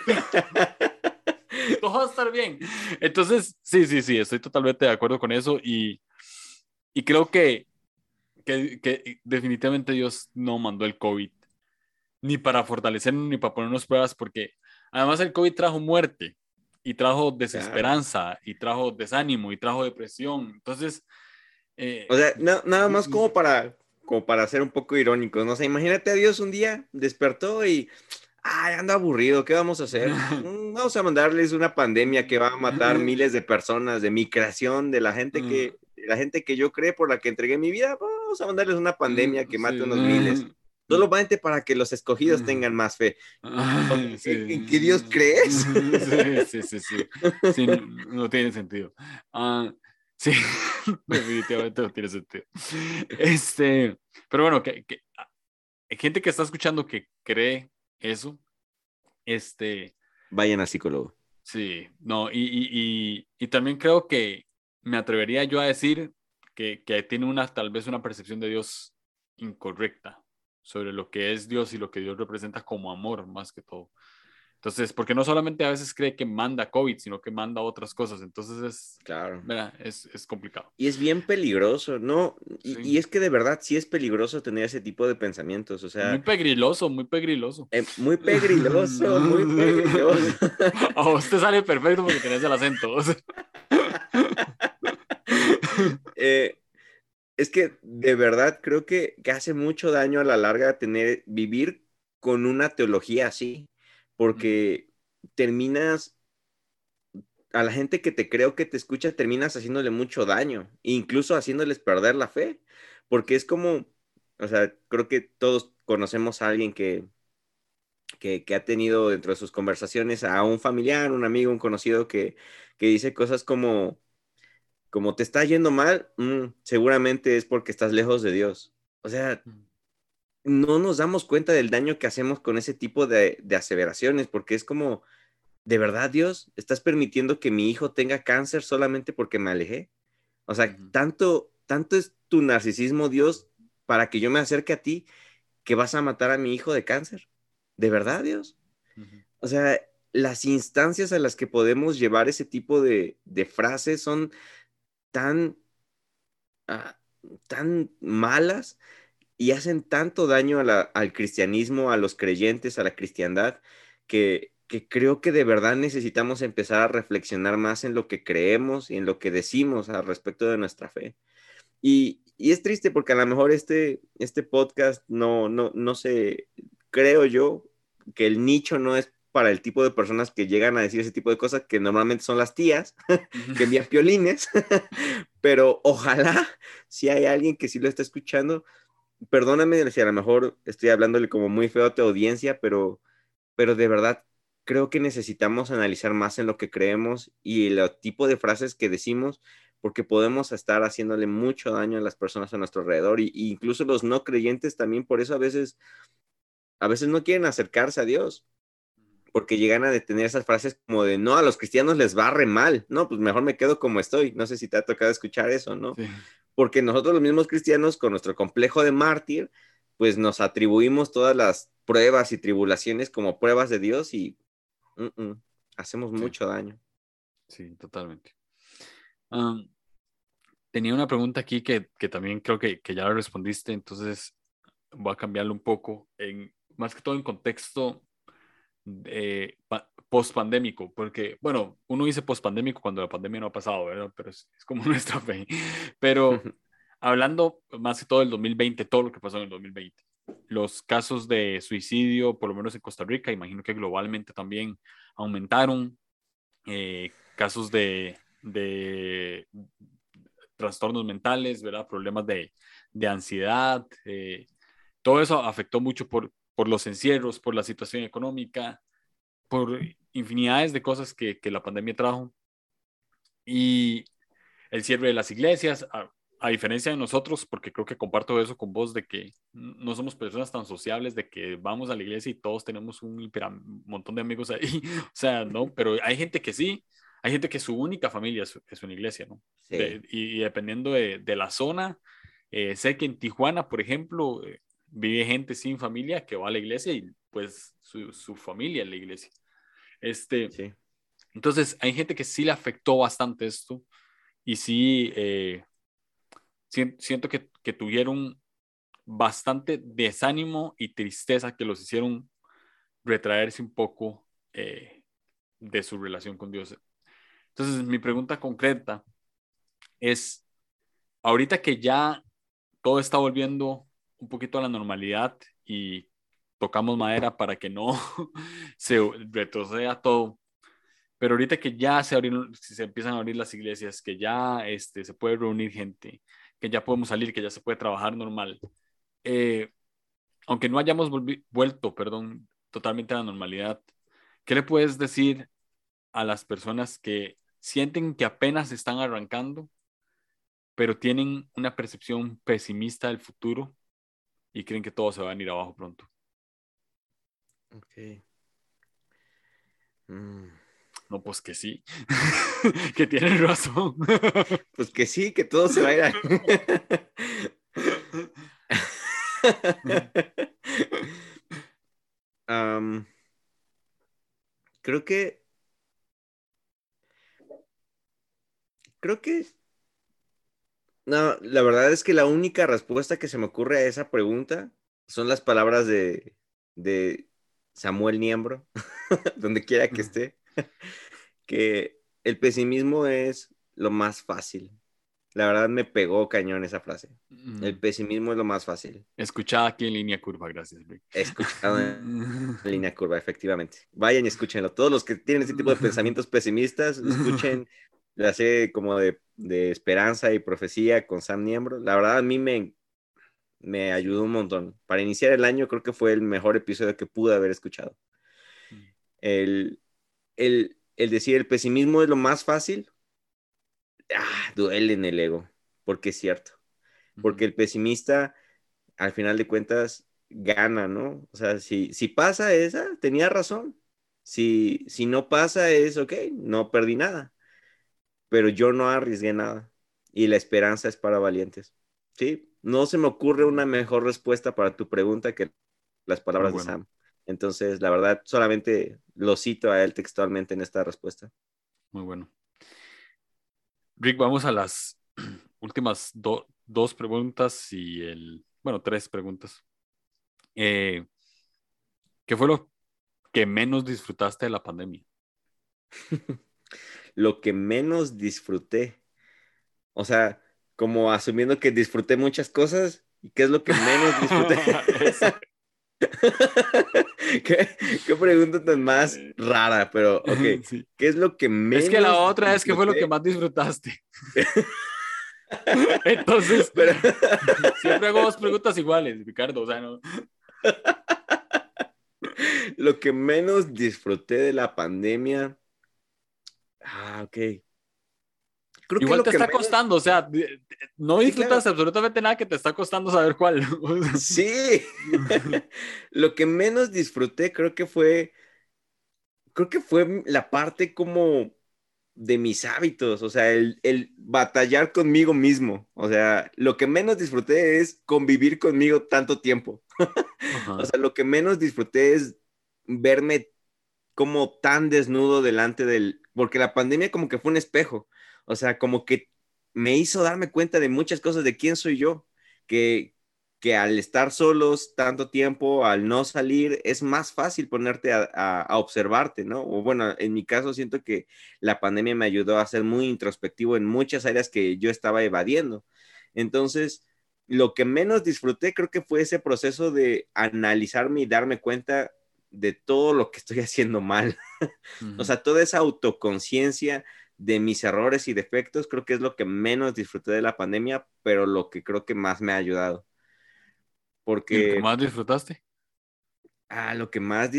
Todo va a estar bien. Entonces, sí, estoy totalmente de acuerdo con eso y creo que definitivamente Dios no mandó el COVID ni para fortalecernos ni para ponernos pruebas, porque además el COVID trajo muerte y trajo Claro. desesperanza y trajo desánimo y trajo depresión. Entonces, O sea, nada más mm, como para ser un poco irónicos, ¿no? O sea, imagínate a Dios un día despertó y, ay, ando aburrido, ¿qué vamos a hacer? Vamos a mandarles una pandemia que va a matar miles de personas, de mi creación, de la gente la gente que yo cree por la que entregué mi vida, vamos a mandarles una pandemia que mate unos miles. Sí. Solamente para que los escogidos tengan más fe. O sea, ¿en qué Dios crees? Sí, sí, sí, sí. Sí, no, no tiene sentido. Sí, definitivamente no tiene sentido. Pero bueno, hay gente que está escuchando que cree eso. Vayan al psicólogo. Sí, no, y también creo que me atrevería yo a decir que tiene tal vez una percepción de Dios incorrecta sobre lo que es Dios y lo que Dios representa como amor, más que todo. Entonces, porque no solamente a veces cree que manda COVID, sino que manda otras cosas. Entonces Claro. ¿verdad? Es complicado. Y es bien peligroso, ¿no? Y Sí. es que de verdad sí es peligroso tener ese tipo de pensamientos. O Muy sea, pegriloso, muy pegriloso. muy pegriloso, muy pegriloso. A vos te sale perfecto porque tenés el acento. Eh, es que de verdad creo que hace mucho daño a la larga vivir con una teología así, porque terminas, a la gente que te creo que te escucha, terminas haciéndole mucho daño, incluso haciéndoles perder la fe, porque es como, o sea, creo que todos conocemos a alguien que ha tenido dentro de sus conversaciones a un familiar, un amigo, un conocido que dice cosas como te está yendo mal, seguramente es porque estás lejos de Dios. O sea, no nos damos cuenta del daño que hacemos con ese tipo de aseveraciones, porque es como, ¿de verdad, Dios? ¿Estás permitiendo que mi hijo tenga cáncer solamente porque me alejé? O sea, tanto es tu narcisismo, Dios, para que yo me acerque a ti, que vas a matar a mi hijo de cáncer. ¿De verdad, Dios? O sea, las instancias a las que podemos llevar ese tipo de frases son tan, ah, tan malas y hacen tanto daño al cristianismo, a los creyentes, a la cristiandad, que creo que de verdad necesitamos empezar a reflexionar más en lo que creemos y en lo que decimos al respecto de nuestra fe. Y es triste porque a lo mejor este podcast no sé, creo yo que el nicho no es para el tipo de personas que llegan a decir ese tipo de cosas, que normalmente son las tías que envían piolines, pero ojalá si hay alguien que sí lo está escuchando, perdóname si a lo mejor estoy hablándole como muy feo a tu audiencia, pero de verdad creo que necesitamos analizar más en lo que creemos y el tipo de frases que decimos, porque podemos estar haciéndole mucho daño a las personas a nuestro alrededor y incluso los no creyentes también por eso a veces no quieren acercarse a Dios, porque llegan a detener esas frases como de, no, a los cristianos les va re mal, no, pues mejor me quedo como estoy, no sé si te ha tocado escuchar eso, ¿no? Sí. Porque nosotros los mismos cristianos, con nuestro complejo de mártir, pues nos atribuimos todas las pruebas y tribulaciones como pruebas de Dios y hacemos Sí, mucho daño. sí, totalmente. Um, Tenía una pregunta aquí que también creo que ya la respondiste, entonces voy a cambiarlo un poco, más que todo en contexto post-pandémico, porque, bueno, uno dice post-pandémico cuando la pandemia no ha pasado, ¿verdad? Pero es como nuestra fe. Pero hablando más que todo del 2020, todo lo que pasó en el 2020, los casos de suicidio, por lo menos en Costa Rica, imagino que globalmente también aumentaron, casos de trastornos mentales, ¿verdad? Problemas de ansiedad, todo eso afectó mucho por los encierros, por la situación económica, por infinidades de cosas que la pandemia trajo y el cierre de las iglesias, a diferencia de nosotros, porque creo que comparto eso con vos, de que no somos personas tan sociables, de que vamos a la iglesia y todos tenemos un montón de amigos ahí, o sea, no, pero hay gente que sí, hay gente que su única familia es una iglesia, ¿no? Sí, Y dependiendo de la zona, sé que en Tijuana, por ejemplo, vive gente sin familia que va a la iglesia y pues su familia es la iglesia. Este, sí. entonces, hay gente que sí le afectó bastante esto y sí, siento que tuvieron bastante desánimo y tristeza que los hicieron retraerse un poco de su relación con Dios. Entonces, mi pregunta concreta es, ahorita que ya todo está volviendo un poquito a la normalidad y tocamos madera para que no se retroceda todo, Pero ahorita que ya se empiezan a abrir las iglesias, que ya se puede reunir gente, que ya podemos salir, que ya se puede trabajar normal, eh, aunque no hayamos vuelto, perdón, totalmente a la normalidad, ¿qué le puedes decir a las personas que sienten que apenas están arrancando, pero tienen una percepción pesimista del futuro y creen que todo se va a venir abajo pronto? Ok. Mm. No, pues que sí, que tienen razón. Pues que sí, que todo se va a ir a... Am, creo que, creo que, no, la verdad es que la única respuesta que se me ocurre a esa pregunta son las palabras de Samuel Niembro, donde quiera que esté, que el pesimismo es lo más fácil. La verdad me pegó cañón esa frase. El pesimismo es lo más fácil. Escuchada aquí en línea curva, gracias, Rick. He escuchado en línea curva, efectivamente. Vayan y escúchenlo. Todos los que tienen ese tipo de pensamientos pesimistas, escuchen la serie como de esperanza y profecía con Sam Niembro. La verdad, a mí me ayudó un montón. Para iniciar el año, creo que fue el mejor episodio que pude haber escuchado. El, el decir el pesimismo es lo más fácil, duele en el ego, porque es cierto. Porque el pesimista, al final de cuentas, gana, ¿no? O sea, si pasa esa, tenía razón. Si no pasa es, ok, no perdí nada, pero yo no arriesgué nada. Y la esperanza es para valientes. ¿Sí? No se me ocurre una mejor respuesta para tu pregunta que las Muy palabras de bueno, Sam. Entonces, la verdad, solamente lo cito a él textualmente en esta respuesta. muy bueno. Rick, vamos a las últimas dos preguntas y bueno, tres preguntas. Eh, ¿Qué fue lo que menos disfrutaste de la pandemia? Lo que menos disfruté, o sea, como asumiendo que disfruté muchas cosas, ¿y qué es lo que menos disfruté? Eso. ¿Qué pregunta tan más rara? Pero, ok, Sí. ¿qué es lo que Es que la menos otra es que fue lo que disfruté? más disfrutaste. Entonces, Pero, siempre hago dos preguntas iguales, Ricardo. O sea, no. lo que menos disfruté de la pandemia, ok. Creo que Igual lo te que está menos, costando, o sea, no sí, claro, disfrutas absolutamente nada que te está costando saber cuál. sí. Lo que menos disfruté creo que fue la parte como de mis hábitos, o sea, el batallar conmigo mismo. O sea, lo que menos disfruté es convivir conmigo tanto tiempo. O Ajá. sea, lo que menos disfruté es verme como tan desnudo delante porque la pandemia como que fue un espejo. O sea, como que me hizo darme cuenta de muchas cosas de quién soy yo, que, que al estar solos tanto tiempo, al no salir, es más fácil ponerte a observarte, ¿no? O bueno, en mi caso siento que la pandemia me ayudó a ser muy introspectivo en muchas áreas que yo estaba evadiendo. Entonces, lo que menos disfruté creo que fue ese proceso de analizarme y darme cuenta de todo lo que estoy haciendo mal. O Ujú. sea, toda esa autoconciencia de mis errores y defectos, creo que es lo que menos disfruté de la pandemia, pero lo que creo que más me ha ayudado. ¿Y lo que Porque más disfrutaste? lo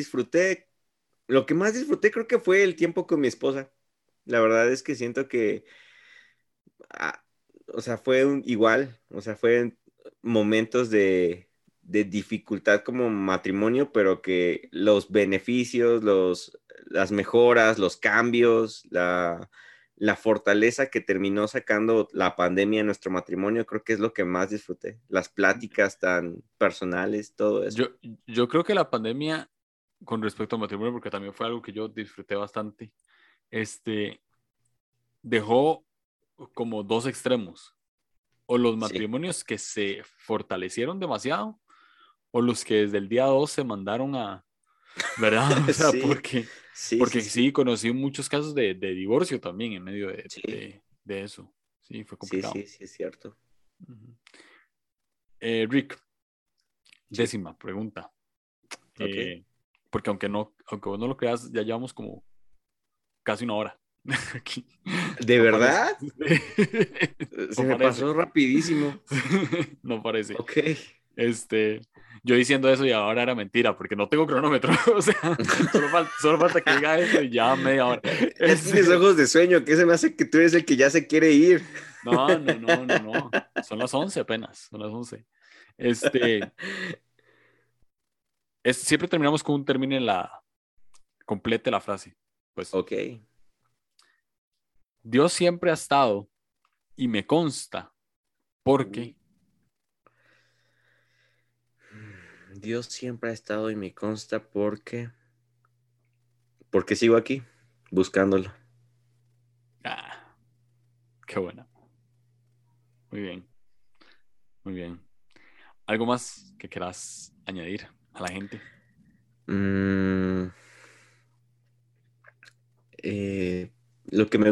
lo que más disfruté creo que fue el tiempo con mi esposa. La verdad es que siento que, ah, o sea, igual, o sea, fue momentos de dificultad como matrimonio, pero que los beneficios, las mejoras, los cambios, la fortaleza que terminó sacando la pandemia en nuestro matrimonio, creo que es lo que más disfruté. Las pláticas tan personales, todo eso. Yo, yo creo que la pandemia, con respecto al matrimonio, porque también fue algo que yo disfruté bastante, este, dejó como dos extremos. O los Sí, matrimonios que se fortalecieron demasiado, o los que desde el día 2 se mandaron ¿verdad? O sea, sí, sí, sí, porque sí, sí, conocí muchos casos de divorcio también en medio sí, de eso. Sí, fue sí, complicado. sí, sí, es cierto. Ujú. Rick, Sí, décima pregunta. ok. Porque aunque vos no lo creas, ya llevamos como casi una hora. Aquí. ¿De verdad? Se me parece. pasó rapidísimo. No parece. Ok. Yo diciendo eso y ahora era mentira, porque no tengo cronómetro. O sea, solo falta que diga eso y ya media hora. Ya tienes ojos de sueño, que se me hace que tú eres el que ya se quiere ir. No. Son las 11 apenas, son las 11. Siempre terminamos con un término en la complete la frase. Pues, Ok. Dios siempre ha estado y me consta porque Dios siempre ha estado y me consta porque sigo aquí, buscándolo. Qué buena. Muy bien. Muy bien. ¿Algo más que quieras añadir a la gente? Lo que me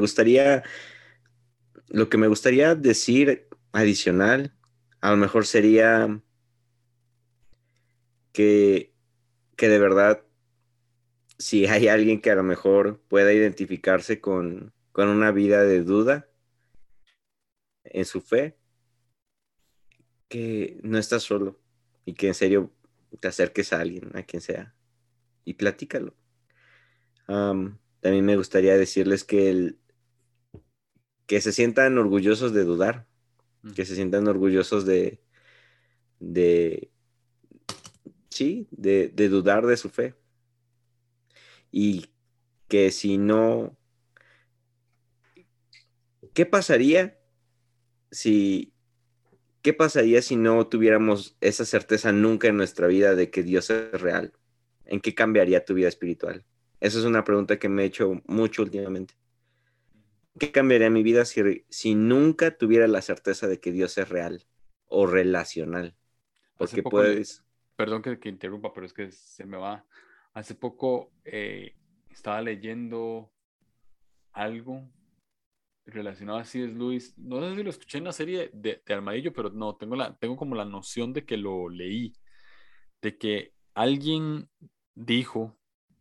gustaría decir adicional, a lo mejor sería que de verdad, si hay alguien que a lo mejor pueda identificarse con una vida de duda en su fe, que no estás solo y que en serio te acerques a alguien, a quien sea, y platícalo. También me gustaría decirles que se sientan orgullosos de dudar, que se sientan orgullosos de sí, de dudar de su fe. Y que si no, ¿qué pasaría si, ¿qué pasaría si no tuviéramos esa certeza nunca en nuestra vida de que Dios es real? ¿En qué cambiaría tu vida espiritual? Esa es una pregunta que me he hecho mucho últimamente. ¿Qué cambiaría mi vida si nunca tuviera la certeza de que Dios es real o relacional? Hace Porque poco, puedes... perdón que interrumpa, pero es que se me va. Hace poco estaba leyendo algo relacionado a C.S. Lewis. No sé si lo escuché en la serie de Armadillo, pero no, tengo como la noción de que lo leí. De que alguien dijo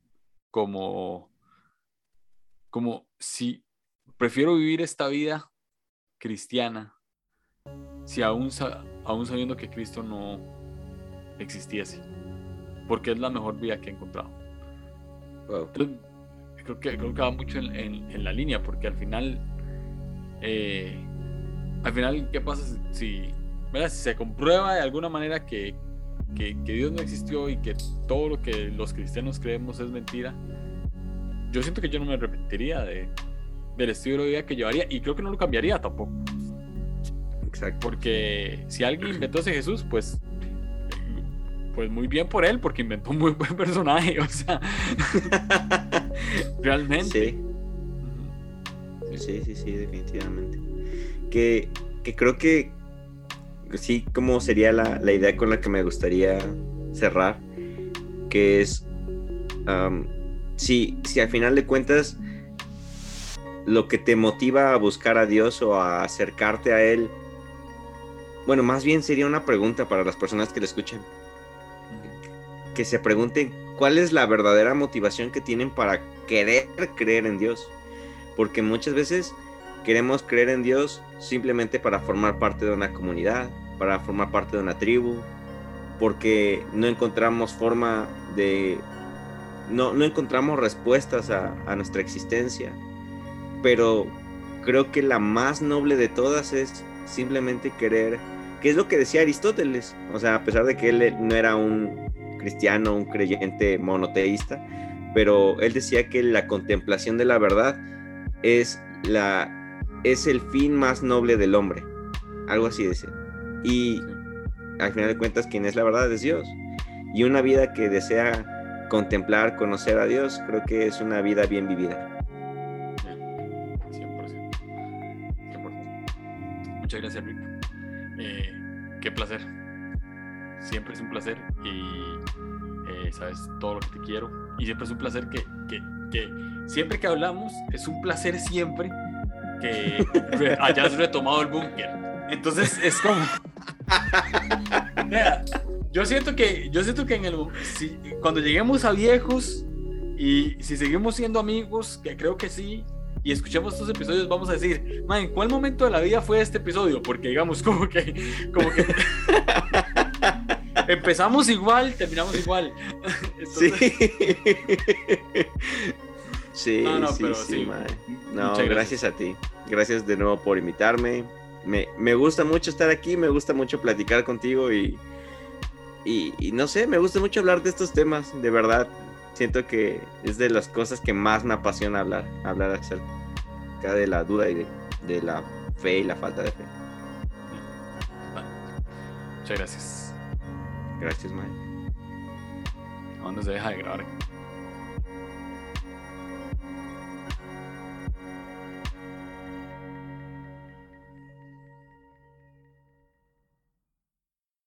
como si prefiero vivir esta vida cristiana si aún sabiendo que Cristo no existiese, porque es la mejor vida que he encontrado. Wow. Entonces, creo que va mucho en la línea, porque al final, ¿qué pasa si se comprueba de alguna manera que Dios no existió y que todo lo que los cristianos creemos es mentira? Yo siento que yo no me arrepentiría del estilo de vida que llevaría, y creo que no lo cambiaría tampoco. Exacto. Porque si alguien inventó ese Jesús, pues muy bien por él, porque inventó un muy buen personaje, o sea, realmente. Sí. Sí, definitivamente. Que creo que sí, como sería la idea con la que me gustaría cerrar, que es, si al final de cuentas lo que te motiva a buscar a Dios o a acercarte a Él, bueno, más bien sería una pregunta para las personas que lo escuchan, que se pregunten cuál es la verdadera motivación que tienen para querer creer en Dios, porque muchas veces queremos creer en Dios simplemente para formar parte de una comunidad, para formar parte de una tribu, porque no encontramos forma de... No encontramos respuestas a nuestra existencia, pero creo que la más noble de todas es simplemente querer, que es lo que decía Aristóteles, o sea, a pesar de que él no era un cristiano, un creyente monoteísta, pero él decía que la contemplación de la verdad es el fin más noble del hombre, algo así dice, y al final de cuentas quien es la verdad es Dios, y una vida que desea contemplar, conocer a Dios, creo que es una vida bien vivida. 100%. Muchas gracias, Rick. Qué placer. Siempre es un placer y sabes todo lo que te quiero. Y siempre es un placer que siempre que hablamos, es un placer siempre que hayas retomado el búnker. Entonces es como... Mira, yo siento que cuando lleguemos a viejos Y si seguimos siendo amigos, que creo que sí, y escuchamos estos episodios, vamos a decir, man, ¿en cuál momento de la vida fue este episodio? Porque digamos, como que empezamos igual, terminamos igual. Sí. Entonces, Sí, no, sí, pero sí, sí. mae. No, Muchas gracias a ti. Gracias de nuevo por invitarme. Me gusta mucho estar aquí, me gusta mucho platicar contigo y no sé, me gusta mucho hablar de estos temas, de verdad. Siento que es de las cosas que más me apasiona hablar acerca de la duda y de la fe y la falta de fe. Vale. Muchas gracias. Gracias, mae. ¿Cuándo se deja de grabar?